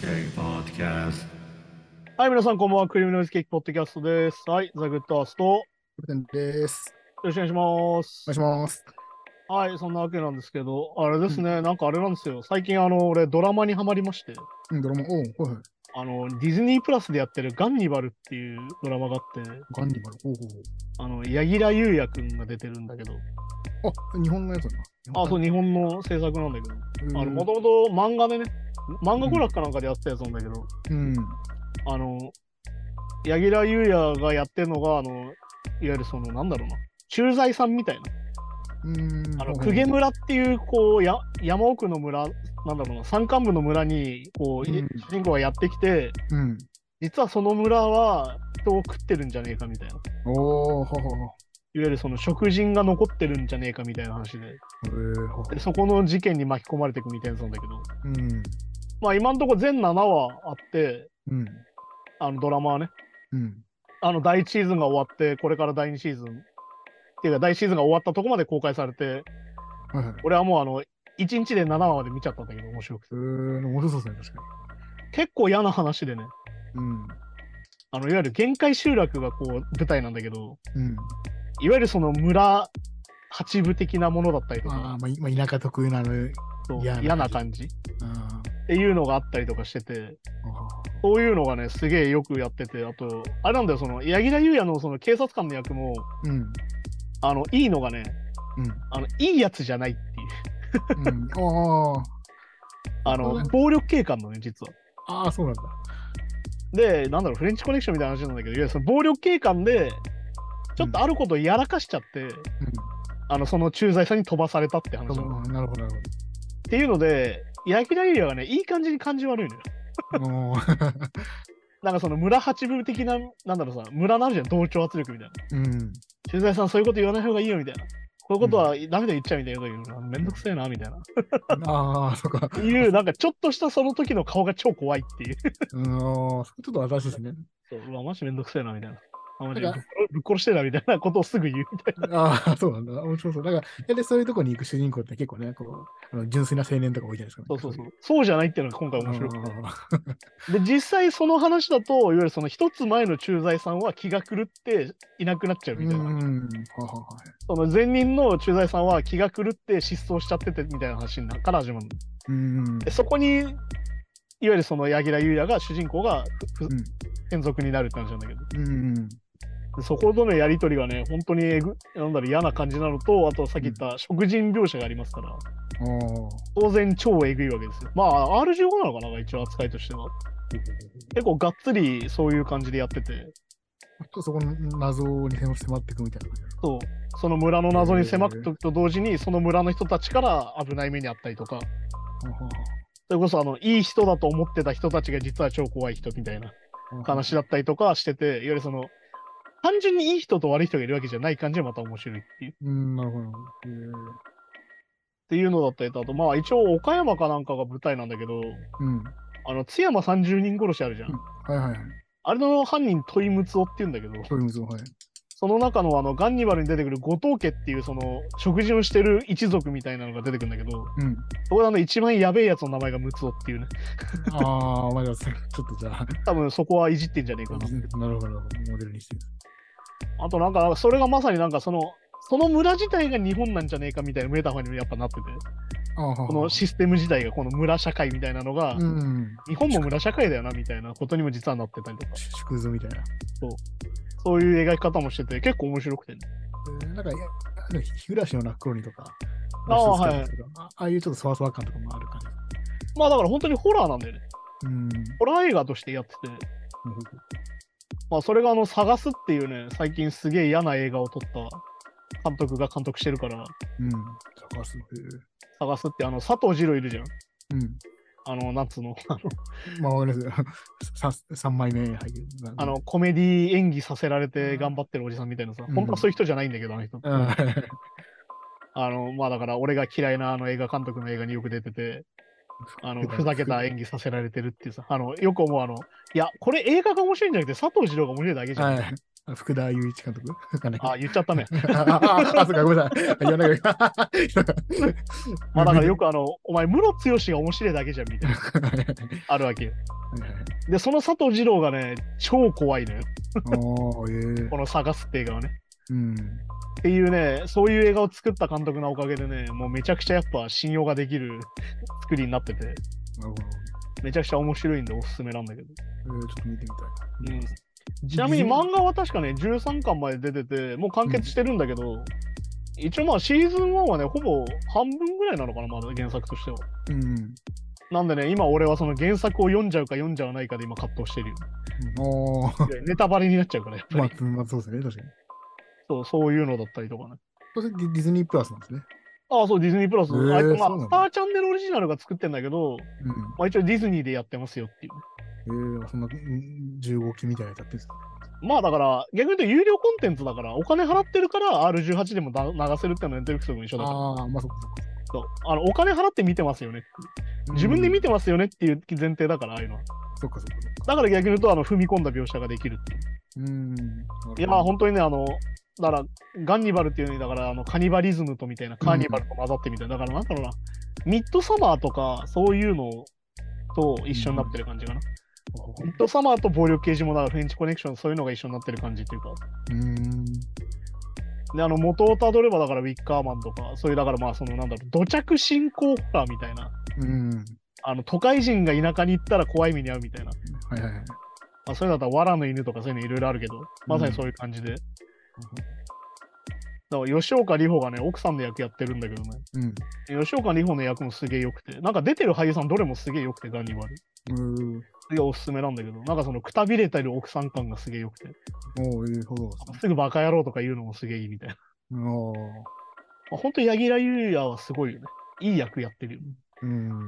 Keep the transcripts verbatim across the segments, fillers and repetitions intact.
Cake Podcast. はい、皆さん、こんばんは。クリームノイズケーキポッドキャストです。はい、ザ・グッドアースト。よキャプテンです。 ろしくお願いしまお願いしす。 ます。 はい、そんなわけなんですけど、あれでうん、 すね、なんかあれなんですよ。最近、あの、俺、ドラマにハマりまして、 うん、ドラマ、おう、はいはい。 あの、ディズニープラスでやってるガンニバルっていうドラマがあって、 ガンニバル、おうあの、柳楽優弥くんが出てるんだけど、 おう。あ、日本のやつなんだ。日あ、そう、 本日本の制作なんだけど、あの、もえー、 ともと漫画でね、漫画娯楽かなんかでやってたやつなんだけど、 うん、 あの、柳楽優弥がやってるのが、あの、いわゆるその、なんだろうな、駐在さんみたいな、 うん、 あの、 ほうほうほ公家村っていう、こう、や、山奥の村、なんだろうな、山間部の村に、こう、 う。ういん、 主人公がやってきて、 うん。 実はその村は人を食ってるんじゃねえかみたいな。いわおー、ほうほうほう。 ゆるその食人が残ってるんじゃねえかみたいな話で、 えー、ほうほで、そこの事件に巻き込まれていくみたいなやつなんだけど、 う。うん、 まあ今んとこ全ななわあって、 うん、 あのドラマはね、 うん。 あの第一シーズンが終わって、これから第二シーズン、っていうか第一シーズンが終わったとこまで公開されて、 はいはい。 俺はもうあの、いちにちでななわまで見ちゃったんだけど、面白くて。 えー、面白そうですね、確か結構嫌な話でね、 に。うん、 あの、いわゆる限界集落がこう舞台なんだけど、 うん。 いわゆるその村八部的なものだったりとか、 ああ、まあ、いまあ、田舎特有なあのそう嫌な嫌な感じ。 感じっあていうのがあったりとかしてて、 あ、ははそういうのがね、すげえよくやってて、あと、あれなんだよ、その、柳楽優弥のその警察官の役も、 うん、 あの、いいのがね、 うん、 あの、いいやつじゃないっていう、 うん。ああ、 あの、暴力警官のね、実は。 ああ、そうなんだ。 で、なんだろう、フレンチコネクションみたいな話なんだけど、いわゆるその暴力警官で、ちょっとあることをやらかしちゃって、 うん、 あの、その駐在さんに飛ばされたって話なの。っうん。なるほど、なるていうので、柳楽優弥がね、いい感じに感じ悪いのよ。 ほど。おーなんかその村八分的な、なんだろうさ、村なんじゃん、同調圧力みたいな。 うん。 駐在さん、そういうこと言わない方がいいよ、みたいな。こういうことはうん。 ダメだ言っちゃうみたいなこと言うの。めんどくせえな、みたいな。っああ、そっか。 ていう、なんかちょっとしたその時の顔が超怖いっていう。 うん、ちょっと新しいですね。 そう、うわ、マジめんどくせえな、みたいな。あ、マジぶっなんか、 殺ぶっ殺してえな、みたいなことをすぐ言うみたいな。 ああ、そうなんだ。面白そう。なんか、やでそういうとこに行く主人公って結構ね、こう、あの純粋な青年とか多いじゃないですか。なんかそういう。 そうそうそう。そうじゃないっていうのが今回面白くて。 あで、実際その話だと、いわゆるその一つ前の駐在さんは気が狂っていなくなっちゃうあ、うみたいな話。 ん。ははは。 その前任の駐在さんは気が狂って失踪しちゃっててみたいな話から始まるの。 うん。 で、そこに、いわゆるその柳楽優弥が主人公がふふうん。 専属になるって話なんだけど、 うん。 でそことのやりとりがね、本当にえぐ、なんだろう、嫌な感じなのと、あとさっき言った食人描写がありますから、 ああ。 当然超えぐいわけですよ。まあ、アールジーオー なのかな、一応扱いとしては。結構がっつりそういう感じでやってて、 ちょっとそこの謎に迫っていくみたいな感じ。 そう、その村の謎に迫くへえ。 とと同時に、その村の人たちから危ない目にあったりとか、 ははそれこそあの、いい人だと思ってた人たちが実は超怖い人みたいなは。 話だったりとかしてて、いわゆるその、単純にいい人と悪い人がいるわけじゃない感じでまた面白いっていう。っうん、なるほど。へていうのだったりと、あとまあ一応岡山かなんかが舞台なんだけど、 え。うん。 あの、津山さんじゅうにん殺しあるじゃん。 うん。はいはいはい。 あれの犯人、トイムツオって言うんだけど、 そういうむず、はい。 その中のあの、ガンニバルに出てくる後藤家っていうその、食事をしてる一族みたいなのが出てくるんだけど、 うん。 そこであの、一番やべえやつの名前がムツオっていうね。 ああ、まあ、じゃあちょっとじゃあ、 多分そこはいじってんじゃねえかな。 なるほど、なるほど。モデルにしてる。 あとなんか、それがまさになんかその、その村自体が日本なんじゃねえかみたいなメタファーにもやっぱなってて、 ああ、はこのは。 システム自体がこの村社会みたいなのが、 うん。 日本も村社会だよなみたいなことにも実はなってたりとか、 縮図みたいな。 そう、そういう描き方もしてて、結構面白くてね。 えーなんか、いやあの日暮らしの泣く頃にとか、 ああ、はいはい。 脱出したんですけど、あああいうちょっとそわそわ感とかもある感じ。 まあだから本当にホラーなんだよね。 うん。 ホラー映画としてやってて、まあそれがあの、探すっていうね、最近すげえ嫌な映画を撮った監督が監督してるから、 うん。探すの。へ探すってあの、佐藤二朗いるじゃん。 えうん。 あの、なんつうの、あの、 まあ、わかりますよ。さ三枚目俳優なんで。 あのコメディ演技させられて頑張ってるおじさんみたいなさ、 うん本当はそういう人じゃないんだけど、あの人。 うんあの、まあだから俺が嫌いなあの映画監督の映画によく出てて、 あの、ふざけた演技させられてるっていうさ、あの、よく思う、あの、いや、これ映画が面白いんじゃなくて、佐藤二郎が面白いだけじゃん。 はい。あ福田雄一監督わかんないけどあ、言っちゃったね。 あ、あ、あ、あそうか、ごめんなさい。言わないで。 まあだからよくあの、お前、ムロツヨシが面白いだけじゃんみたいな、あるわけよ。で、その佐藤二郎がね、超怖いのよ。 おー、ええこの探すって映画はね。 うん。 っていうね、そういう映画を作った監督のおかげでね、もうめちゃくちゃやっぱ信用ができる作りになってて、 なるほど。 めちゃくちゃ面白いんでおすすめなんだけど。 えー、ちょっと見てみたい。 うん、ちなみに漫画は確かね、じゅうさんかんまで出てて、もう完結してるんだけど、うん、一応まあシーズンワンはね、ほぼ半分ぐらいなのかな、まだ原作としては。 うん。 なんでね、今俺はその原作を読んじゃうか読んじゃわないかで今葛藤してるよ。 おー。 ネタバレになっちゃうから、やっぱり。 まあ、まあ、そうですね、確かに。 そう、そういうのだったりとかね。 それディディズニープラスなんですね。 ああ、そう、ディズニープラス。 えーあいつ、まあ、 そうなんだスターチャンネルオリジナルが作ってんだけど、 うん。 まあ一応ディズニーでやってますよっていうね。 えー、そんなうんじゅうごきみたいなやつやってるんですか。 まあだから、逆に言うと有料コンテンツだから、お金払ってるから アールじゅうはち でもだ流せるっていうのはネットフリックスも一緒だから。 ああ、まあそっかそっか。 そうあのお金払って見てますよねっていう。自分で見てますよねっていう前提だから、ああいうのは。 そっかそっかそっか。 だから逆に言うと、あの踏み込んだ描写ができるっていう。 うん。 いや、まあ本当にね、あの、だから、ガンニバルっていうのに、だから、あのカニバリズムとみたいな、カーニバルと混ざってみたいな、だから、なんだろうな、ミッドサマーとか、そういうのと一緒になってる感じかな。うん、ミッドサマーと暴力刑事も、だからフレンチコネクション、そういうのが一緒になってる感じっていうか。 うん。 で、あの、元をたどれば、だから、ウィッカーマンとか、そういう、だから、まあ、その、なんだろう、土着信仰ホラーみたいな。 うん。 あの、都会人が田舎に行ったら怖い目に遭うみたいな。 はいはいはい。 まあ、それだったら、藁の犬とかそういうのいろいろあるけど、まさにそういう感じで。うん、だから吉岡里帆がね、奥さんの役やってるんだけどね。うん、吉岡里帆の役もすげえ良くて、なんか出てる俳優さんどれもすげえ良くて、ガンニバル。うん。すげえおすすめなんだけど、なんかそのくたびれてる奥さん感がすげえ良くて。 おー、いいほど。 すぐバカ野郎とか言うのもすげえいいみたいな。おー。まあ、ほんと、柳楽優弥はすごいよね。いい役やってるよね。うん。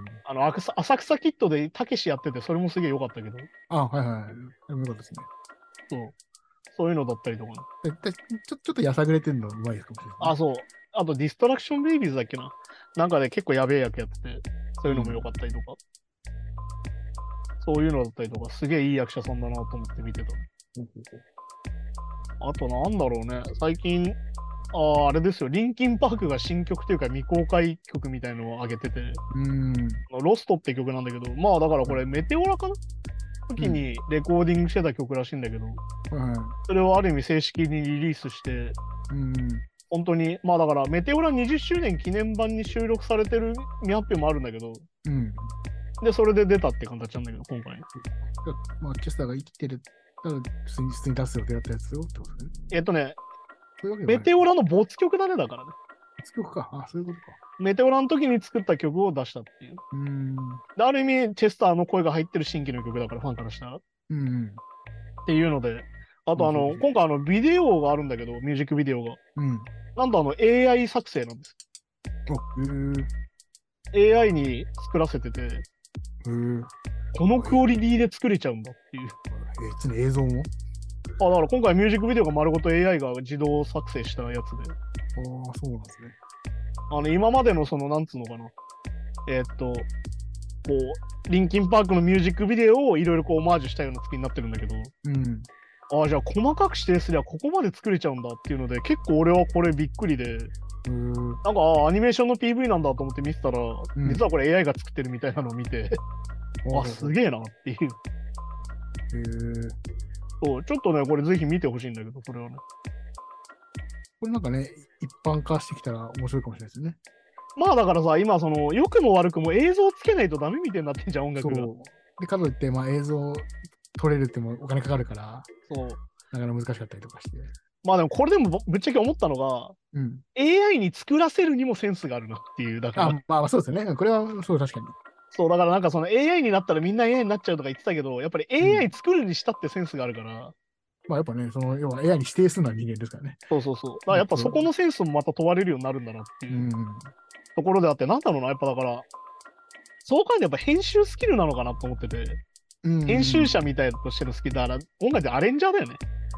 あの、浅草キッドでたけしやってて、それもすげえ良かったけど。 あ、はいはい。良かったですね。 そう。そういうのだったりとかね。 ちょちょっとやさぐれてるのうまいかもしれない、ね。 あ、そう。あと、ディストラクションベイビーズだっけな。なんかで、ね、結構やべえ役やってて、そういうのも良かったりとか、うん。そういうのだったりとか、すげえいい役者さんだなと思って見てた。うん、あと、なんだろうね。最近、ああれですよ。リンキンパークが新曲というか未公開曲みたいのを上げてて、うんロストって曲なんだけど、まあだからこれメテオラかな時にレコーディングしてた曲らしいんだけど、うん、それをある意味正式にリリースして、うん、本当に、まあだからメテオラにじゅっしゅうねん記念版に収録されてる未発表もあるんだけど、うん、で、それで出たって形なんだけど、今回。 まあ、キャスターが生きてる、普通に出す予定だったやつよってことね。 えっとね、メテオラの没曲だね、だからね。 没曲か。あ、そういうことか。 メテオラの時に作った曲を出したっていう。うんである意味、チェスターの声が入ってる新規の曲だから、ファンからしたら。うん、っていうので、あとあの、今回あの、ビデオがあるんだけど、ミュージックビデオが。うん、なんとあの、エーアイ 作成なんです。あ、へー エーアイ に作らせてて、へこのクオリティで作れちゃうんだっていう。 え、つに映像もあ、だから今回ミュージックビデオが丸ごと エーアイ が自動作成したやつで。ああ、 そうなんですね。 あの、今までのその、なんつうのかな。えー、っと、こう、リンキンパークのミュージックビデオをいろいろこうオマージュしたような作りになってるんだけど、うん。ああ、じゃあ細かく指定すればここまで作れちゃうんだっていうので、結構俺はこれびっくりで、うんなんかあアニメーションの ピーブイ なんだと思って見てたら、うん、実はこれ エーアイ が作ってるみたいなのを見て、あ、すげえなっていう。へーそう、ちょっとね、これぜひ見てほしいんだけど、これはね。 これなんかね、一般化してきたら面白いかもしれないですね。 まあだからさ、今その、良くも悪くも映像つけないとダメみたいになってんじゃん、音楽が。そうで、かといって、まあ映像撮れるってもお金かかるから、そう。だから難しかったりとかして。 まあでもこれでもぶっちゃけ思ったのが、うん、エーアイ に作らせるにもセンスがあるなっていう。だからあまあそうですよね。これはそう、確かに。 そう、だからなんかその エーアイ になったらみんな エーアイ になっちゃうとか言ってたけど、やっぱり エーアイ 作るにしたってセンスがあるから。うん、 まあやっぱね、その要は エーアイ に指定するのは人間ですからね。 そうそうそう。だからやっぱそこのセンスもまた問われるようになるんだなっていう、うん、ところであって、なんだろうな、やっぱだから、そう考えてやっぱ編集スキルなのかなと思ってて、うん、編集者みたいとしてのスキルだから、音楽でアレンジャーだよね。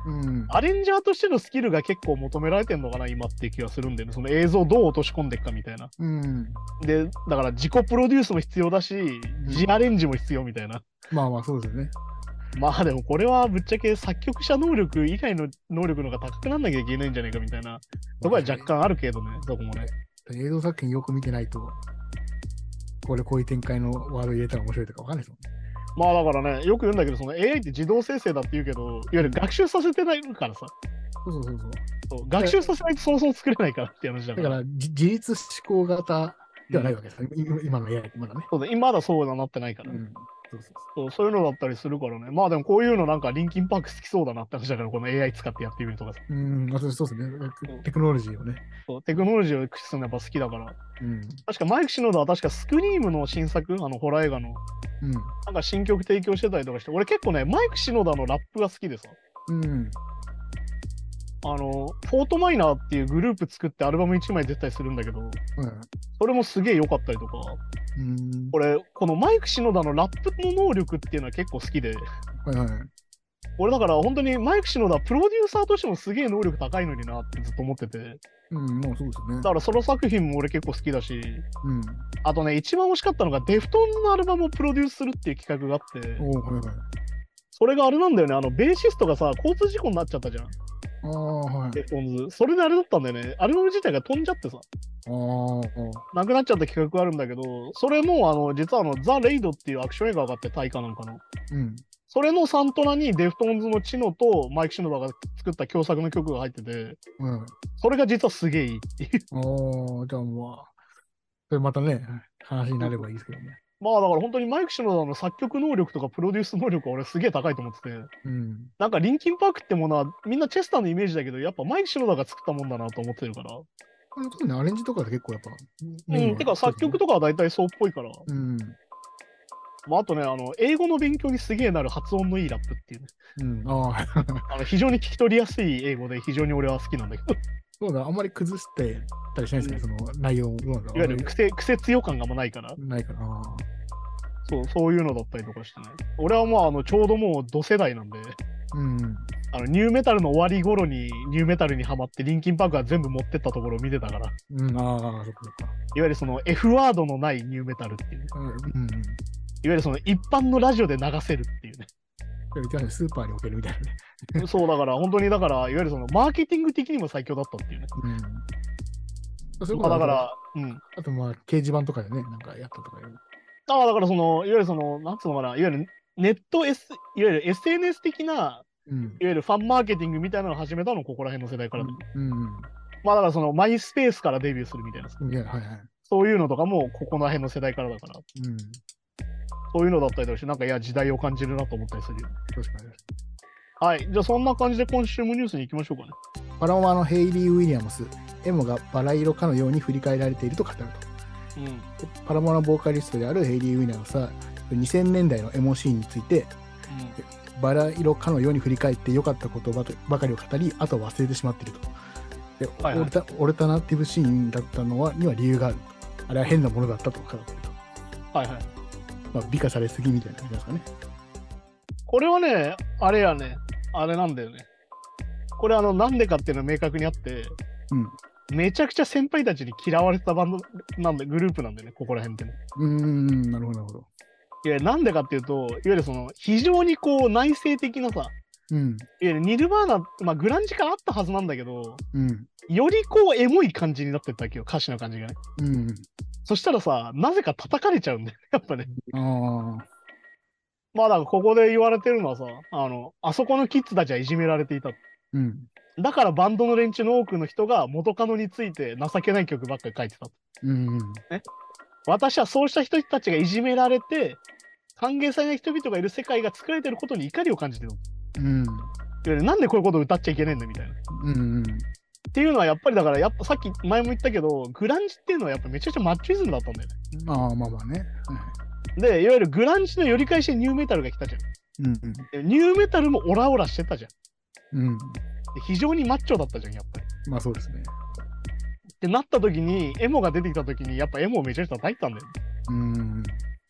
うん。 アレンジャーとしてのスキルが結構求められてんのかな、今っていう気がするんだよね。その映像をどう落とし込んでいくかみたいな。 うん。 で、だから自己プロデュースも必要だし、自アレンジも必要みたいな。 まあまあ、そうですよね。 まあでもこれはぶっちゃけ作曲者能力以外の能力の方が高くなんなきゃいけないんじゃないかみたいなところは若干あるけどね、どこもね。 映像作品よく見てないと、これこういう展開のワード入れたら面白いとかわかんないですもんね。 まあだからね、よく言うんだけど、その エーアイ って自動生成だって言うけど、いわゆる学習させてないからさ、 そうそうそうそう。 そう学習させないとそもそも作れないからっていう話だから。 だから、じ自律思考型ではないわけですよ、今今の エーアイ ってまだね。 そうだ、今まだそうなってないから、ねうん。そうそうそそう。そういうのだったりするからね。まあでもこういうのなんかリンキンパーク好きそうだなって話だから、この エーアイ 使ってやってみるとかさ。 う。うん、あそうそうですね。テクノロジーをね。 そうテクノロジーを駆使するのやっぱ好きだから。 うん。 確かマイク・シノダは確かスクリームの新作、あのホラー映画の、 うん。 なんか新曲提供してたりとかして、俺結構ね、マイク・シノダのラップが好きでさ。 うん。 あの、フォートマイナーっていうグループ作ってアルバムいちまい出たりするんだけど、 はい。 それもすげえ良かったりとか、 うん。 俺、このマイク・シノダのラップの能力っていうのは結構好きで、 はいはい。 俺だから本当にマイク・シノダプロデューサーとしてもすげえ能力高いのになってずっと思ってて、 うん、もうそうですね。 だからソロ作品も俺結構好きだし、 うん。 あとね、一番惜しかったのがデフトンズのアルバムをプロデュースするっていう企画があって、 おはいはい。 それがあれなんだよね、あの、ベーシストがさ、交通事故になっちゃったじゃん、 ああ、はい。 デフトンズ。それであれだったんだよね、アルバム自体が飛んじゃってさ、 ああ、 なくなっちゃった企画があるんだけど、それも、あの、実はあの、ザ・レイドっていうアクション映画があって、タイかなんかの。 うん。 それのサントラにデフトンズのチノとマイク・シノダが作った共作の曲が入ってて、 うん。 それが実はすげえいいっていう。 ああ、じゃあまあ、それまたね、話になればいいですけどね。 まあだから本当にマイク・シノダの作曲能力とかプロデュース能力は俺すげえ高いと思ってて、 うん。 なんかリンキンパークってものはみんなチェスターのイメージだけど、やっぱマイク・シノダが作ったもんだなと思ってるから。 あの特にアレンジとかで結構やっぱ、 うん、てか作曲とかは大体そうっぽいから。 うん。 まああとね、あの、英語の勉強にすげえなる発音のいいラップっていうね。 うん。ああ、 あの非常に聞き取りやすい英語で非常に俺は好きなんだけど、 そうだ、あんまり崩してたりしないですね、その内容を。いわいわゆる癖、癖強感があんまないから。 ないかな。 そう、そういうのだったりとかしてね。俺はまあ、あの、ちょうどもう同世代なんで、 うん。 あの、ニューメタルの終わり頃にニューメタルにハマって、リンキンパークが全部持ってったところを見てたから、いわうん、ああ、そっかそっか。 ゆるその F ワードのないニューメタルっていうね、 うん。うん。 いわゆるその一般のラジオで流せるっていうね。 スーパーに置けるみたいなね。 そうだから、本当にだから、いわゆるそのマーケティング的にも最強だったっていうね。 うん。それまあ、だから、うん。 あとまあ、掲示板とかでね、なんかやったとかいう。 ああ、だからその、いわゆるその、なんつうのかな、いわゆるネット S、いわゆる エスエヌエス 的な、 うん。 いわゆるファンマーケティングみたいなのを始めたのここら辺の世代からで、 うん。 まあだからそのマイスペースからデビューするみたいな、 うん。いや、はいはい。 そういうのとかもここら辺の世代からだから、 うん。 そういうのだったりとかして、なんかいや時代を感じるなと思ったりするよ。 確かに。 はい、じゃあそんな感じで今週もニュースに行きましょうかね。 パラオマのヘイリー・ウィリアムス、エモがバラ色かのように振り返られていると語ると。 うん。 パラモのボーカリストであるヘイリー・ウィリアムスは、にせんねんだいのエモシーンについて、バラ色かのように振り返って良かった言葉ばかりを語り、あとは忘れてしまっていると。で、 はいはい、 オルタ、オルタナティブシーンだったのはには理由があると。あれは変なものだったと語っていると。 はいはい。 まあ、美化されすぎみたいな感じですかね。 これはね、あれやね、あれなんだよね。これあの、なんでかっていうのは明確にあって、 うん。 めちゃくちゃ先輩たちに嫌われたバンドなんで、グループなんだよね、ここら辺ってね。 うーん、なるほど、なるほど。 いや、なんでかっていうと、いわゆるその、非常にこう、内省的なさ、 うん。 いわゆるニルバーナ、まあ、グランジからあったはずなんだけど、 うん。 よりこう、エモい感じになってったわけよ、歌詞の感じがね。 うん。 そしたらさ、なぜか叩かれちゃうんだよ、やっぱね。 ああ。 まあ、だからここで言われてるのはさ、あの、あそこのキッズたちはいじめられていた。 うん。 だからバンドの連中の多くの人が元カノについて情けない曲ばっかり書いてた。 うん。 ね。私はそうした人たちがいじめられて、歓迎されない人々がいる世界が作られていることに怒りを感じてる。 うん。 いわゆるなんでこういうことを歌っちゃいけないんだみたいな。 うん。 っていうのはやっぱりだから、やっぱさっき前も言ったけど、グランジっていうのはやっぱめちゃくちゃマッチョイズムだったんだよね。 ああ、まあまあね。 で、いわゆるグランジの寄り返しでニューメタルが来たじゃん。 うん。 でニューメタルもオラオラしてたじゃん。 うん。 で非常にマッチョだったじゃん、やっぱり。 まあそうですね。 ってなった時に、エモが出てきた時に、やっぱエモをめちゃくちゃ叩いてたんだよね。 うん。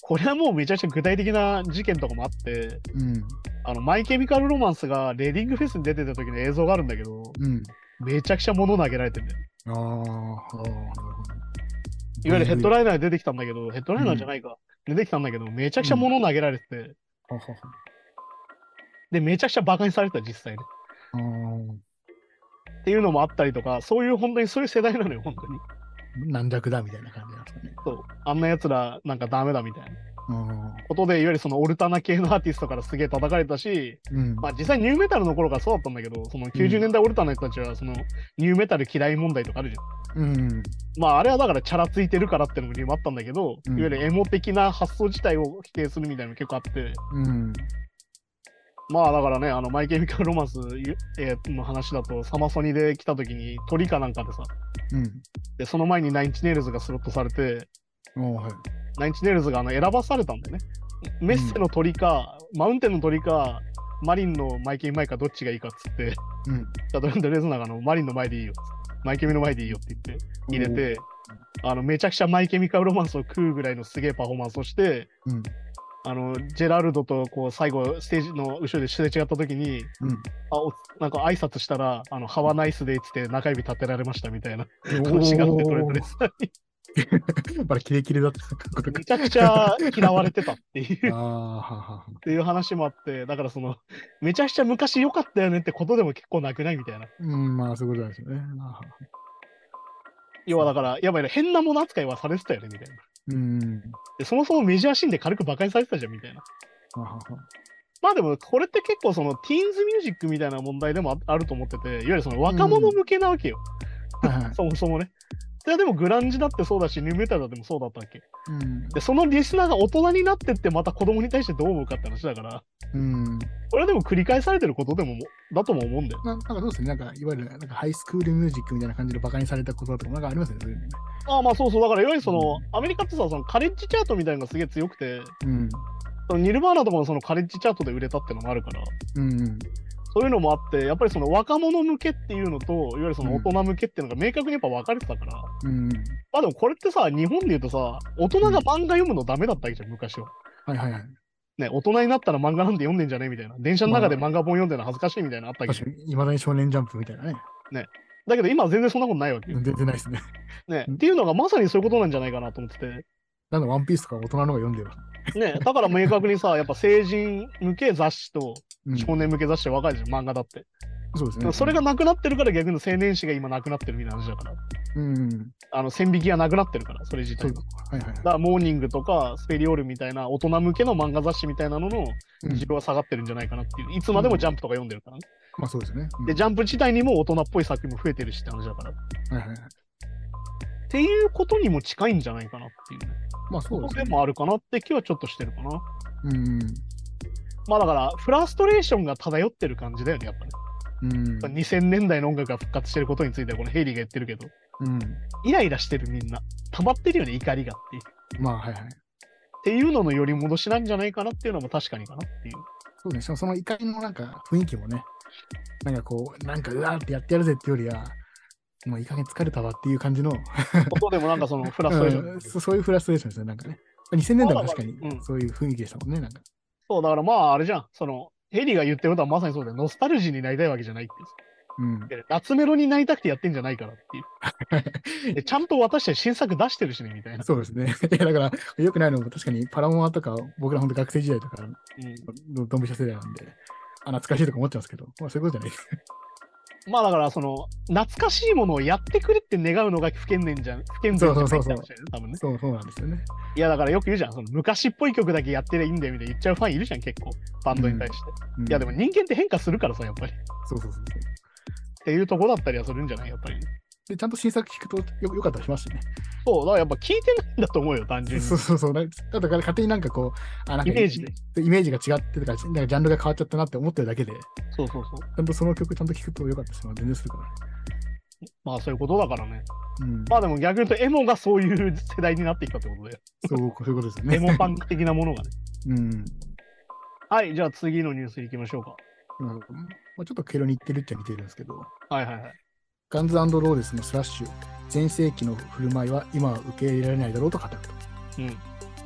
これはもうめちゃくちゃ具体的な事件とかもあって、 うん。 あの、マイケミカルロマンスがレディングフェスに出てた時の映像があるんだけど、 うん。 めちゃくちゃ物投げられてるんだよ。 あーあー、なるほど。 いわゆるヘッドイライナーで出てきたんだけど、ヘッドライナーじゃないか。出てきたんだけど、めちゃくちゃ物投げられてて、 ははは。 で、めちゃくちゃバカにされてた、実際ね。 あーっていうのもあったりとか、そういう本当にそういう世代なのよ、本当に。 軟弱だみたいな感じなんですかね。 そう。あんな奴らなんかダメだみたいなあことで、いわゆるそのオルタナ系のアーティストからすげえ叩かれたし、 ーうん。 まあ実際ニューメタルの頃からそうだったんだけど、そのきゅうじゅうねんだいオルタナの人たちはそのニューメタル嫌い問題とかあるじゃん。 うん。 まああれはだからチャラついてるからってのも理由もあったんだけど、 うんいわゆるエモ的な発想自体を否定するみたいなのも結構あって、 うん。 まあだからね、あのマイケミカルロマンスえーの話だとサマソニで来た時に鳥かなんかでさ、 うん。 で、その前にナインチネイルズがスロットされて、 おーはい。 ナインチネイルズがあの選ばされたんだよね。メッセの鳥か、マウンテンの鳥か、マリンのマイケミ前かどっちがいいかっつって、 うん。 チャドレンド・レズナーがあのマリンの前でいいよっつって、マイケミの前でいいよって言って入れて、あのめちゃくちゃマイケミカルロマンスを食うぐらいのすげえパフォーマンスをして、 うん。 あのジェラルドとこう最後ステージの後ろですれ違った時に、 うん。 あおなんか挨拶したら、あのハワナイスデーっつって中指立てられましたみたいな話があって、トレンドレスナーに。 まだキレキレだったことか。 めちゃくちゃ嫌われてたっていうああ、はは。 っていう話もあって、だからその、めちゃくちゃ昔良かったよねってことでも結構なくないみたいな。 うん、まあそういうことなんですよね。あ要はだから、やばいね、変なもの扱いはされてたよねみたいな。 うん。 で、そもそもメジャーシーンで軽く馬鹿にされてたじゃんみたいな。 ははは。 まあでも、これって結構その、ティーンズミュージックみたいな問題でもああると思ってて、いわゆるその若者向けなわけよ。 はいはい。 そもそもね。で、でもグランジだってそうだし、ニューメタルだってもそうだったわけ。 うん。 で、そのリスナーが大人になってってまた子供に対してどう思うかって話だから、 うん。 これはでも繰り返されてることでも、だとも思うんだよ。 ななんかそうですね。なんか、いわゆるなんかハイスクールミュージックみたいな感じでバカにされたこととかもなんかありますよね。そういうのね。 ああ、まあそうそう。だから、いわゆるその、 うんアメリカってさ、そのカレッジチャートみたいなのがすげえ強くて、 うん。 そのニルバーナとかもそのカレッジチャートで売れたっていうのもあるから、 うん。 そういうのもあって、やっぱりその若者向けっていうのと、いわゆるその大人向けっていうのが明確にやっぱ分かれてたから、 うん。 まあでもこれってさ、日本で言うとさ、大人が漫画読むのダメだったわけじゃん、昔は。 はいはいはい。 ね、大人になったら漫画なんて読んでんじゃねえみたいな。電車の中で漫画本読んでるの恥ずかしいみたいなのあったわけじゃん。 確かに、いまだに少年ジャンプみたいなね。 だけど今は全然そんなことないわけよ。 全然ないですね。 ね、 うんっていうのがまさにそういうことなんじゃないかなと思ってて。 なんだ、ワンピースとか大人の方が読んでるわ。 ね、だから明確にさ、やっぱ成人向け雑誌とうん少年向け雑誌は分かるじゃん、漫画だって。 そうですね。 それがなくなってるから逆に青年誌が今なくなってるみたいな話だから。 うん。 あの線引きがなくなってるから、それ自そう体が。 はいはいはい。 だからモーニングとかスペリオールみたいな大人向けの漫画雑誌みたいなののうん需要は下がってるんじゃないかなっていう。いつまでもジャンプとか読んでるからね。 まあそうですね。うんで、ジャンプ自体にも大人っぽい作品も増えてるしって話だから。っはいはいはい。 ていうことにも近いんじゃないかなっていうね。 まあそうですね。 ことでもあるかなって気はちょっとしてるかな。 うん。 まあだから、フラストレーションが漂ってる感じだよね、やっぱね。 うん。 にせんねんだいの音楽が復活してることについては、このヘイリーが言ってるけど、 うん。 イライラしてるみんな。溜まってるよね、怒りがっていう。 まあはいはい。 っていうののより戻しなんじゃないかなっていうのも確かにかなっていう。 そうですね。その怒りのなんか雰囲気もね、なんかこう、なんかうわーってやってやるぜっていうよりは、もういい加減疲れたわっていう感じのことでもなんかそのフラストレーション、 うんそ。そういうフラストレーションですね、なんかね。にせんねんだいは確かにうんそういう雰囲気でしたもんね、なんか。 そう、だからまああれじゃん。その、ヘイリーが言ってることはまさにそうだよ。ノスタルジーになりたいわけじゃないっていう。 うん。 で夏メロになりたくてやってんじゃないからっていう。でちゃんと私たち新作出してるしね、みたいな。 そうですね。いや、だから、よくないのも確かにパラモアとか、僕ら本当学生時代とか、 うん、 ドンピシャ世代なんで、あ、懐かしいとか思ってますけど、まあそういうことじゃないです。 まあだからその、懐かしいものをやってくれって願うのが不健全じゃん。不健全じゃないって話だよね、多分ね。 そうそうなんですよね。 いやだからよく言うじゃん。その昔っぽい曲だけやってりゃいいんだよみたいな言っちゃうファンいるじゃん、結構。バンドに対して。 うんいやでも人間って変化するからさ、やっぱり。っそうそうそうそう。 ていうとこだったりはするんじゃないやっぱりね。 で、ちゃんと新作聞くとよよかったりしますしね。 そう、だからやっぱ聞いてないんだと思うよ、単純に。 そうそうそう。だだから勝手になんかこう、あなんかイメージで。 イメージが違ってとか、なんかジャンルが変わっちゃったなって思ってるだけで、 そうそうそう。 ちゃんとその曲ちゃんと聞くとよかったですよ。全然するからね。 まあそういうことだからね。 うん。 まあでも逆に言うとエモがそういう世代になってきたってことだよ。 そう、そういうことですよね。 エモパンク的なものがね。 うん。 はい、じゃあ次のニュースいきましょうか。 うんまあ、ちょっとケロに似てるっちゃ似てるんですけど、 はいはいはい。 ガンズ&ローゼスのスラッシュ、全盛期の振る舞いは今は受け入れられないだろうと語ると。 うん。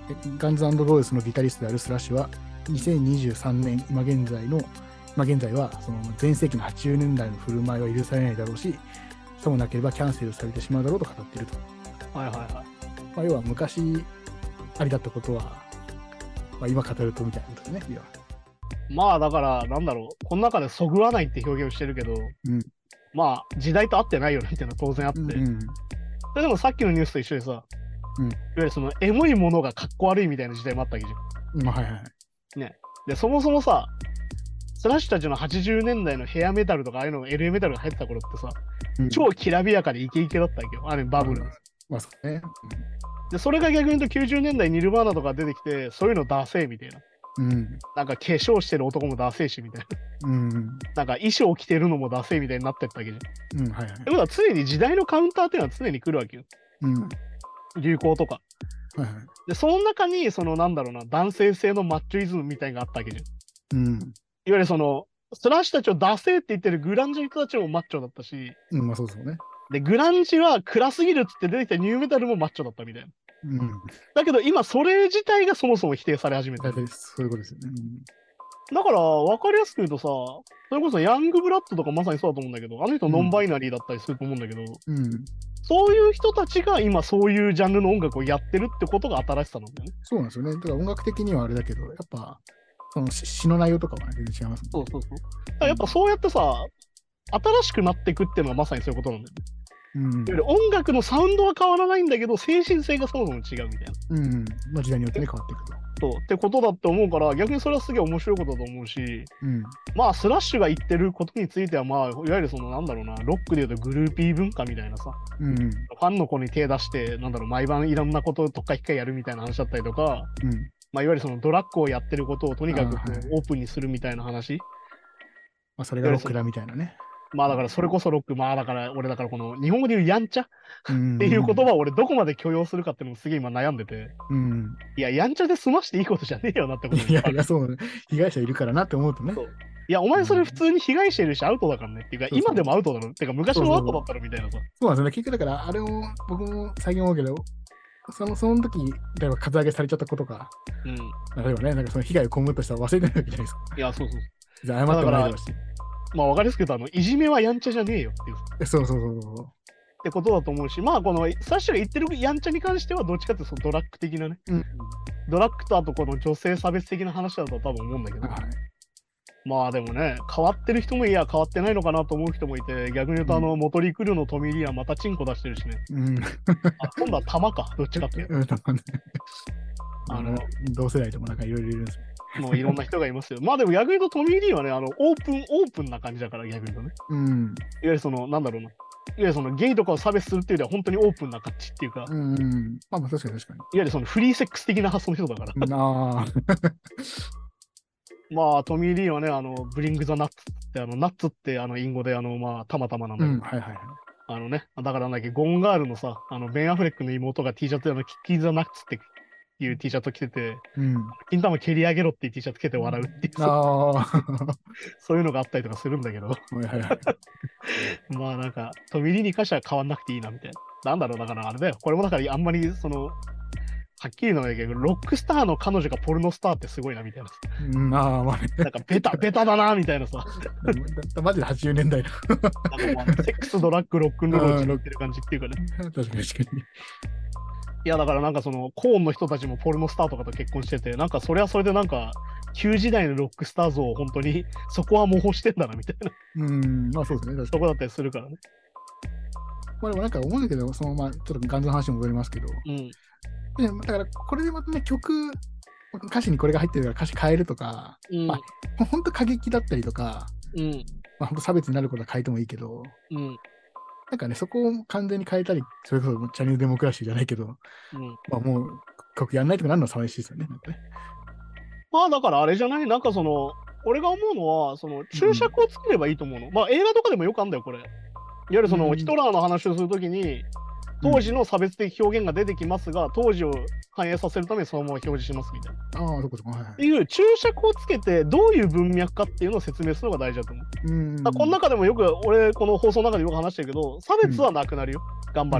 ガンズ&ローゼスのギタリストであるスラッシュは、にせんにじゅうさんねん、今現在の、今現在は、その前世紀のはちじゅうねんだいの振る舞いは許されないだろうし、さもなければキャンセルされてしまうだろうと語っていると。 はいはいはい。 まあ、要は昔ありだったことは、まあ、今語るとみたいなことですね、要は。 まあだから、なんだろう、この中でそぐわないって表現をしてるけど、 うん、 まあ時代と合ってないよねっていうのは当然あって、うんうん、それでもさっきのニュースと一緒でさ、うん、いわゆるそのエモいものがかっこ悪いみたいな時代もあったわけじゃん。 まあ、はいはい。 ね。で、そもそもさ、スラッシュたちのはちじゅうねんだいのヘアメタルとかああいうの エルエー メタルが入ってた頃ってさ、うん、超きらびやかでイケイケだったわけよ。あれバブル。 まあそうね。うん、 で、それが逆に言うときゅうじゅうねんだいニルバーナとか出てきて、そういうのダセーみたいな。うん、なんか化粧してる男もダセーしみたいな。うん、なんか衣装着てるのもダセーみたいになってったわけじゃん。うんはいはい、ってことは常に時代のカウンターっていうのは常に来るわけよ。うん、流行とか。はいはい、で、その中に、そのなんだろうな、男性性のマッチョイズムみたいなのがあったわけじゃん。うん、いわゆるその、スラッシュたちをダセーって言ってるグランジの人たちもマッチョだったし、 うん、まあそうですよね。 で、グランジは暗すぎるっつって出てきたニューメタルもマッチョだったみたいな。うん、だけど今それ自体がそもそも否定され始めてる。 そういうことですよね。うん、 だから分かりやすく言うとさ、それこそヤングブラッドとかまさにそうだと思うんだけど、あの人ノンバイナリーだったりすると思うんだけど、うん、そういう人たちが今そういうジャンルの音楽をやってるってことが新しさなんだよね。 そうなんですよね。だから音楽的にはあれだけど、やっぱその詩の内容とかは、ね、全然違います、ね。 そうそうそう。だからやっぱそうやってさ、新しくなっていくっていうのはまさにそういうことなんだよね。うん、音楽のサウンドは変わらないんだけど精神性がそもそも違うみたいな、 うんまあ、時代によってね変わっていくとそうってことだって思うから逆にそれはすげえ面白いことだと思うし、うん、まあスラッシュが言ってることについてはまあいわゆるそのなんだろうなロックでいうとグルーピー文化みたいなさ、うん、ファンの子に手出してなんだろう毎晩いろんなこととか一回やるみたいな話だったりとか、うんまあ、いわゆるそのドラッグをやってることをとにかくこう、はい、オープンにするみたいな話、 まあ、それがロックだみたいなね。 まあだからそれこそロック、まあだから俺だからこの日本語で言うやんちゃっていう言葉を俺どこまで許容するかっていうのもすげえ今悩んでて、うん、いややんちゃで済ましていいことじゃねえよなってこといやいやそうね被害者いるからなって思うとね。 いやお前それ普通に被害者いるしアウトだからねっていうか、うん、今でもアウトだろっていうか昔のアウトだったろみたいなさ。 そうなんですよね。結局だからあれも僕も最近思うけどそのその時例えばカツアゲされちゃったことか、うん、例えばねなんかその被害を被った人は忘れてないわけじゃないですか。 いやそうそうじゃあ謝ってもないだろうし。 まあ分かりやすく言うとあのいじめはやんちゃじゃねえよっていう。 そうそうそうそう。 ってことだと思うし、まあこのサッシュが言ってるやんちゃに関してはどっちかっていうとドラッグ的なね、うん、ドラッグとあとこの女性差別的な話だと多分思うんだけど、はい、まあでもね変わってる人もいや変わってないのかなと思う人もいて逆に言うと、うん、あのモトリクルーのトミー・リーはまたチンコ出してるしね、うん、あ今度は玉かどっちかっていう、うん、 あの同世代でもなんかいろいろいるんですよ。 もういろんな人がいますよ。まあでも逆に言うとトミー・リーはね、あのオープン、オープンな感じだから逆に言うとね。うん。いわゆるその、なんだろうな。いわゆるそのゲイとかを差別するっていうよりは本当にオープンな感じっていうか。うん。 まあまあ確かに確かに。いわゆるそのフリーセックス的な発想の人だから。ああ。まあトミー・リーはね、あの、ブリング・ザ・ナッツって、あの、ナッツってあの、隠語であの、まあ、たまたまなんだけど。うん、はいはいはい。あのね、だからなんだっけ、ゴーンガールのさ、あの、ベン・アフレックの妹が T シャツであの、キッキー・ザ・ナッツっていう T シャツ着てて、うん、金玉蹴り上げろっていう T シャツ着けて笑うっていう、あそういうのがあったりとかするんだけどまあなんかトミリに関しては変わんなくていいなみたいな。なんだろうだからあれだよこれもだからあんまりそのはっきりのだけどロックスターの彼女がポルノスターってすごいなみたいな、うん、あまあねなんかベタベタだなみたいなさマジではちじゅうねんだいのなんか、まあ、セックスドラッグロックンロールを言ってる感じっていうかね確かに確かに。 いやだからなんかそのコーンの人たちもポルノスターとかと結婚しててなんかそれはそれでなんか旧時代のロックスター像を本当にそこは模倣してんだなみたいなうんまあそうですねそこだったりするからね。 まあでもなんか思うんだけどそのまあちょっとガンズの話に戻りますけど、うん、でだからこれでまたね曲歌詞にこれが入ってるから歌詞変えるとか、うんまあ、ほんと過激だったりとか、うんまあ、ほんと差別になることは変えてもいいけど、うんなんかね、そこを完全に変えたり、それこそチャイニーズデモクラシーじゃないけど、うん、まあもう曲やんないとかなるのは寂しいですよね。なんかねまあだからあれじゃないなんかその、俺が思うのは、その注釈をつければいいと思うの。うん、まあ映画とかでもよくあるんだよ、これ。いわゆるその、うん、ヒトラーの話をするときに、当時の差別的表現が出てきますが、当時を反映させるためにそのまま表示しますみたいな。ああ、そこそこ。はいはい。っていう注釈をつけて、どういう文脈かっていうのを説明するのが大事だと思う。うん。この中でもよく、俺、この放送の中でよく話してるけど、差別はなくなるよ。うん、頑張れば。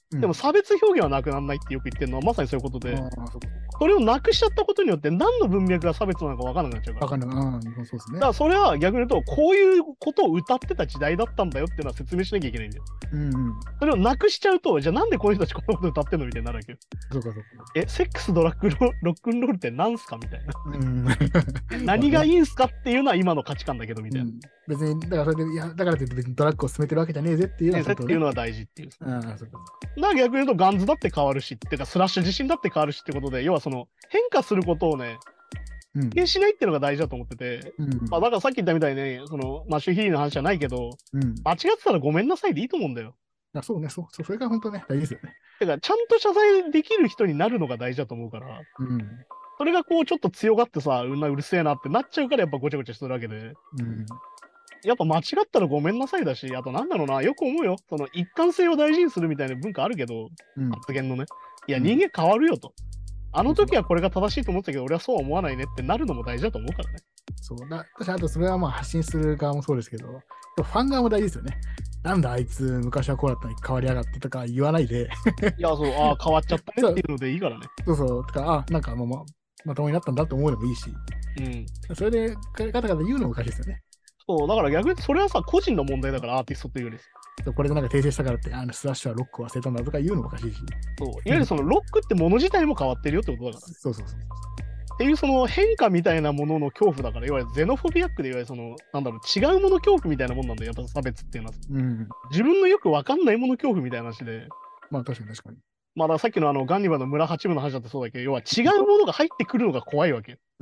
でも差別表現はなくならないってよく言ってるのはまさにそういうことで、それをなくしちゃったことによって何の文脈が差別なのか分からなくなっちゃうから。 分かんない。うん、そうですね。 だからそれは逆に言うと、こういうことを歌ってた時代だったんだよっていうのは説明しなきゃいけないんだよ。 うんうん、 それをなくしちゃうと、じゃあなんでこの人たちこんなこと歌ってんのみたいになるわけよ。 そうかそうか。 え、セックスドラッグロロックンロールって何すかみたいな。 うん、 何がいいんすかっていうのは今の価値観だけどみたいな。うん、 別に、だからそれで、いや、だからといって別にドラッグを進めてるわけじゃねえぜっていうのは、 ね、っていうのは大事っていう。 ああ、そうか。 だから逆に言うとガンズだって変わるし、っていうかスラッシュ自身だって変わるしってことで、要はその変化することをね、否定しないっていうのが大事だと思ってて、うん、まあだからさっき言ったみたいに、そのマッシュヒーリーの話じゃないけど、うん、間違ってたらごめんなさいでいいと思うんだよ。 あ、そうね、そう、そう、それが本当ね、大事ですよね。 だからちゃんと謝罪できる人になるのが大事だと思うから、うん、それがこうちょっと強がってさ、うんなうるせえなってなっちゃうからやっぱごちゃごちゃするわけで。うんやっぱ間違ったらごめんなさいだし、あとなんだろうな、よく思うよ。その一貫性を大事にするみたいな文化あるけど、うん、発言のね。いや、人間変わるよと。あの時はこれが正しいと思ってたけど、俺はそうは思わないねってなるのも大事だと思うからね。 そうだ。私、あとそれはまあ発信する側もそうですけど、ファン側も大事ですよね。なんだあいつ昔はこうだったのに変わりやがってとか言わないで。 いや、そう、ああ、変わっちゃったねっていうのでいいからね。 そうそう。とか、あなんかもうま、まともになったんだと思うのもいいし。うん。それでガタガタ言うのもおかしいですよね。 そう、だから逆にそれはさ、個人の問題だから、アーティストというよりそうこれでなんか訂正したからって、あのスラッシュはロックを忘れたんだとか言うのもおかしいし。 そう、いわゆるそのロックってもの自体も変わってるよってことだから。 そうそうそう。 っていうその変化みたいなものの恐怖だから、いわゆるゼノフォビアックでいわゆるその、なんだろう、違うもの恐怖みたいなもんなんだよ、やっぱ差別っていうのは。うん、自分のよくわかんないもの恐怖みたいな話で。 まあ確かに確かに。 まあださっきのあのガンニバの村八分の話だってそうだけど、要は違うものが入ってくるのが怖いわけ。うん。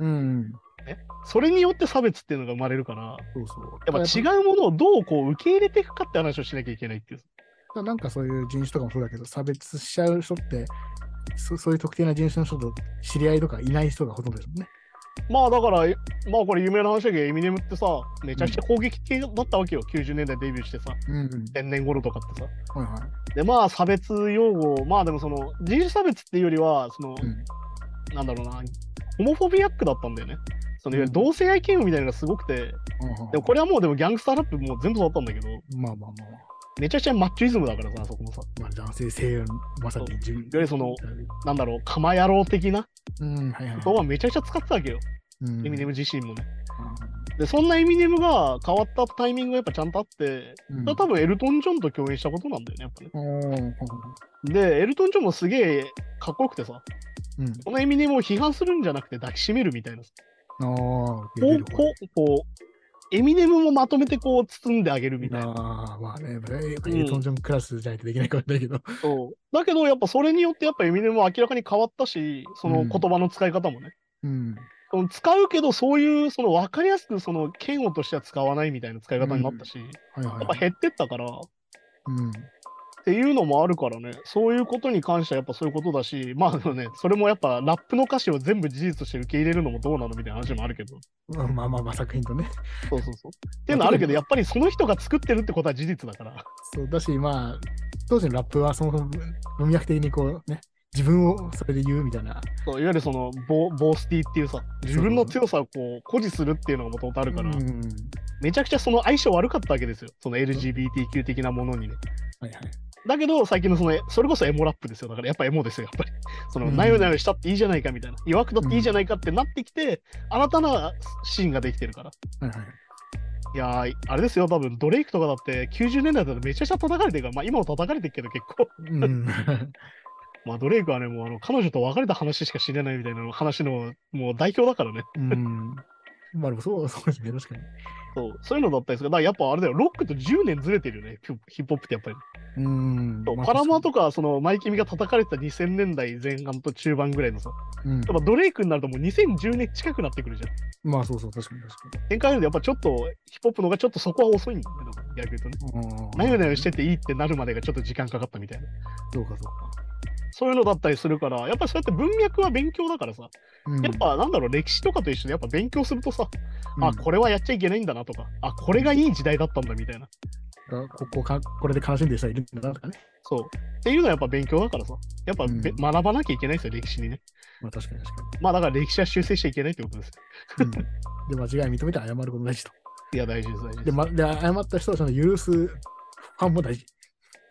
ね、それによって差別っていうのが生まれるから、そうそうやっぱ違うものをどうこう受け入れていくかって話をしなきゃいけないっていう。 なんかそういう人種とかもそうだけど、差別しちゃう人ってそ、そういう特定な人種の人と知り合いとかいない人がほとんどですもんね。 まあだから、まあこれ有名な話だけど、エミネムってさ、めちゃくちゃ攻撃的だったわけよ、うん、きゅうじゅうねんだいデビューしてさ、うんうん、天然頃とかってさ。はいはい、で、まあ差別用語、まあでもその人種差別っていうよりは、その、うん、なんだろうな、ホモフォビアックだったんだよね。そのいわゆる同性愛嫌悪みたいなのがすごくて、うん、でもこれはもうでもギャングスターラップもう全部そうだったんだけど、まあまあまあ。めちゃくちゃマッチョイズムだからさ、そこもさ。 まあ、男性性まさに自分。いわゆるその、なんだろう、カマ野郎的な、うんはいはい、言葉めちゃくちゃ使ってたわけよ。うん、エミネム自身もね、うん。で、そんなエミネムが変わったタイミングがやっぱちゃんとあって、うん、それは多分エルトン・ジョンと共演したことなんだよね、やっぱね。うん、で、エルトン・ジョンもすげえかっこよくてさ、うん、このエミネムを批判するんじゃなくて抱きしめるみたいな。あこう、こう、こう、エミネムもまとめてこう包んであげるみたいな。 ああ、まあね、エルトン・ジョンクラスじゃないとできないかもしれないけど、 うん。そう。だけど、やっぱそれによってやっぱエミネムは明らかに変わったし、その言葉の使い方もね。うん。うん、使うけど、そういう、その分かりやすく、その嫌悪としては使わないみたいな使い方になったし、うんはいはいはい、やっぱ減ってったから、うん。っていうのもあるからね、そういうことに関してはやっぱそういうことだし、まあね、それもやっぱラップの歌詞を全部事実として受け入れるのもどうなのみたいな話もあるけど。 まあまあまあ、作品とね。 そうそうそう。っていうのはあるけど、やっぱりその人が作ってるってことは事実だから。 そうだし、まあ、当時のラップはそもそも文脈的にこうね、自分をそれで言うみたいな。 そういわゆるそのボ、ボースティーっていうさ、自分の強さをこう誇示するっていうのがもともとあるから、めちゃくちゃその相性悪かったわけですよ。その エルジービーティーキュー 的なものにね。はいはい。だけど、最近のその、それこそエモラップですよ。だからやっぱエモですよ、やっぱり。その、なよなよしたっていいじゃないかみたいな。弱くだっていいじゃないかってなってきて、新たなシーンができてるから。はいはい。いやー、あれですよ、多分ドレイクとかだってきゅうじゅうねんだいだとめちゃくちゃ叩かれてるから、まあ今も叩かれてるけど結構。うん、まあドレイクはね、もうあの彼女と別れた話しか知れないみたいな話のもう代表だからね。うんまあでもそう、そうですね、確かに。 そう、そういうのだったりする。だからやっぱあれだよ、ロックとじゅうねんずれてるよね、ヒップホップってやっぱり。うん。そう、まあ、パラマとか、その、マイキミが叩かれてたにせんねんだいぜん半と中盤ぐらいのさ、うん、やっぱドレイクになるともうにせんじゅうねん近くなってくるじゃん。まあそうそう、確かに確かに。 展開よりやっぱちょっと、ヒップホップの方がちょっとそこは遅いんだけど、逆に言うとね。なよなよしてていいってなるまでがちょっと時間かかったみたいな。 そうかそうか。 そういうのだったりするから、やっぱりそうやって文脈は勉強だからさ、うん、やっぱなんだろう、歴史とかと一緒でやっぱ勉強するとさ、うん、あ、これはやっちゃいけないんだなとか、あ、これがいい時代だったんだみたいな。 ここかこれで悲しんでる人はいるんだなとかね。 そう。っていうのはやっぱ勉強だからさ、やっぱ、うん、学ばなきゃいけないですよ、歴史にね。 まあ確かに確かに。 まあだから歴史は修正しちゃいけないってことです。 うん、で、間違い認めて謝ること大事と。 いや、大事です、大事です。 で、ま、で謝った人をその許すファンも大事。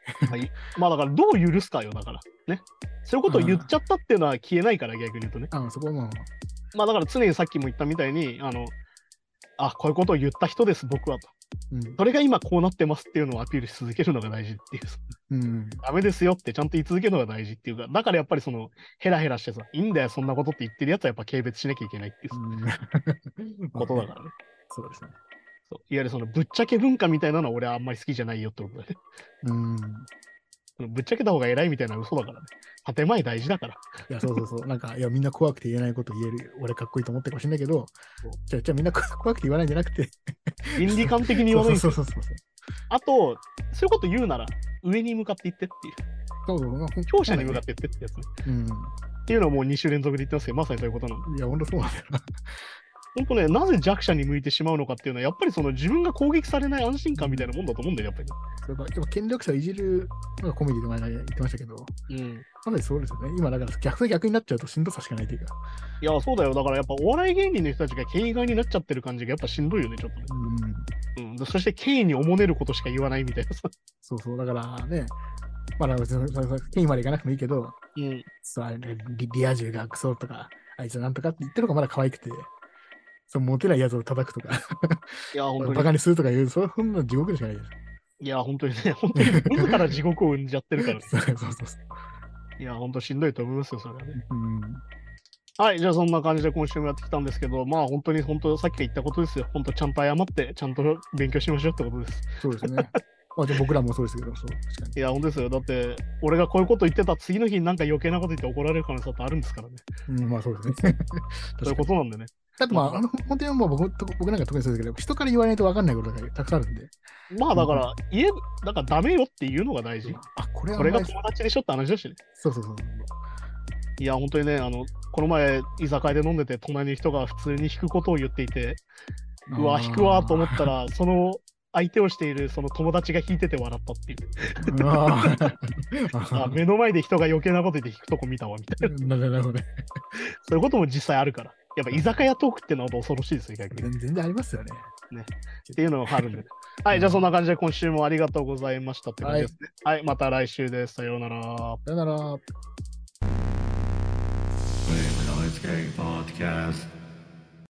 はい。まあだからどう許すかよ、だから。ね。そういうことを言っちゃったっていうのは消えないから、逆に言うとね。 ああ、そこはまあ。 まあだから常にさっきも言ったみたいに、あの、あ、こういうことを言った人です、僕はと。うん、それが今こうなってますっていうのをアピールし続けるのが大事っていう。うん、ダメですよってちゃんと言い続けるのが大事っていうか、だからやっぱりその、ヘラヘラしてさ、いいんだよ、そんなことって言ってるやつはやっぱ軽蔑しなきゃいけないっていう、うん、ことだからね。 そうですね。 そういわゆるそのぶっちゃけ文化みたいなのは俺はあんまり好きじゃないよってことだね。うん。ぶっちゃけた方が偉いみたいな嘘だからね。建前大事だから。 いや、そうそうそう。なんか、いや、みんな怖くて言えないこと言える。俺かっこいいと思ってるかもしれないけど、じゃあ、じゃあみんな怖くて言わないんじゃなくて。 倫理観的に言わないんですよ。 そうそうそうそう。 あと、そういうこと言うなら、上に向かって言ってっていう。そうそう。強者に向かって言ってってやつね。うん。っていうのをもうに週連続で言ってますけど、まさにそういうことなんで。 いや、ほんとそうなんだよな。 本当ね、なぜ弱者に向いてしまうのかっていうのは、やっぱりその自分が攻撃されない安心感みたいなもんだと思うんだよ、やっぱり。 それからやっぱ権力者をいじるのがコメディで前言ってましたけど、うん、まさにそうですよね。今だから逆逆になっちゃうとしんどさしかないというか。 いや、そうだよ。だからやっぱお笑い芸人の人たちが権威側になっちゃってる感じがやっぱしんどいよね、ちょっとね。うん。うん、そして権威におもねることしか言わないみたいなさ。 そうそう、だからね、まだ別に権威までいかなくてもいいけど、うん、そうあれリリア充がクソとか、あいつなんとかって言ってるのがまだ可愛くて。そのモテないやつを叩くとかいや、本当に。バカにするとか言う、そんな地獄でしかないです。 いや、本当にね、本当に自ら地獄を生んじゃってるからね。そうそうそうそう。いや、本当しんどいと思いますよ、それはね。うん、はい、じゃあそんな感じで今週もやってきたんですけど、まあ本当に本当さっき言ったことですよ。本当ちゃんと謝って、ちゃんと勉強しましょうってことです。 そうですね。まあ、僕らもそうですけど、そう、確かに。 いや、本当ですよ。だって、俺がこういうこと言ってた次の日になんか余計なこと言って怒られる可能性ってあるんですからね。 うん、まあそうですね。 そういうことなんでね。 だってまあ、あの本当にもう僕僕なんか特にそうですけど、人から言わないと分かんないことがたくさんあるんで。 まあだから、言え、だからダメよっていうのが大事。あ、これはこれが友達でしょって話だしね。 そうそうそう。 いや、本当にね、あの、この前、居酒屋で飲んでて、隣の人が普通に引くことを言っていて、うわ、引くわと思ったら、その相手をしているその友達が引いてて笑ったっていう。あ目の前で人が余計なこと言って引くとこ見たわみたいな。なるほどね。そういうことも実際あるから。やっぱ居酒屋トークってのは恐ろしいですよ、逆に。 全然ありますよね。 ね。っていうのがあるんで。はい、じゃあそんな感じで今週もありがとうございましたって感じですね。はい、はい、また来週です。さようなら。 さようなら。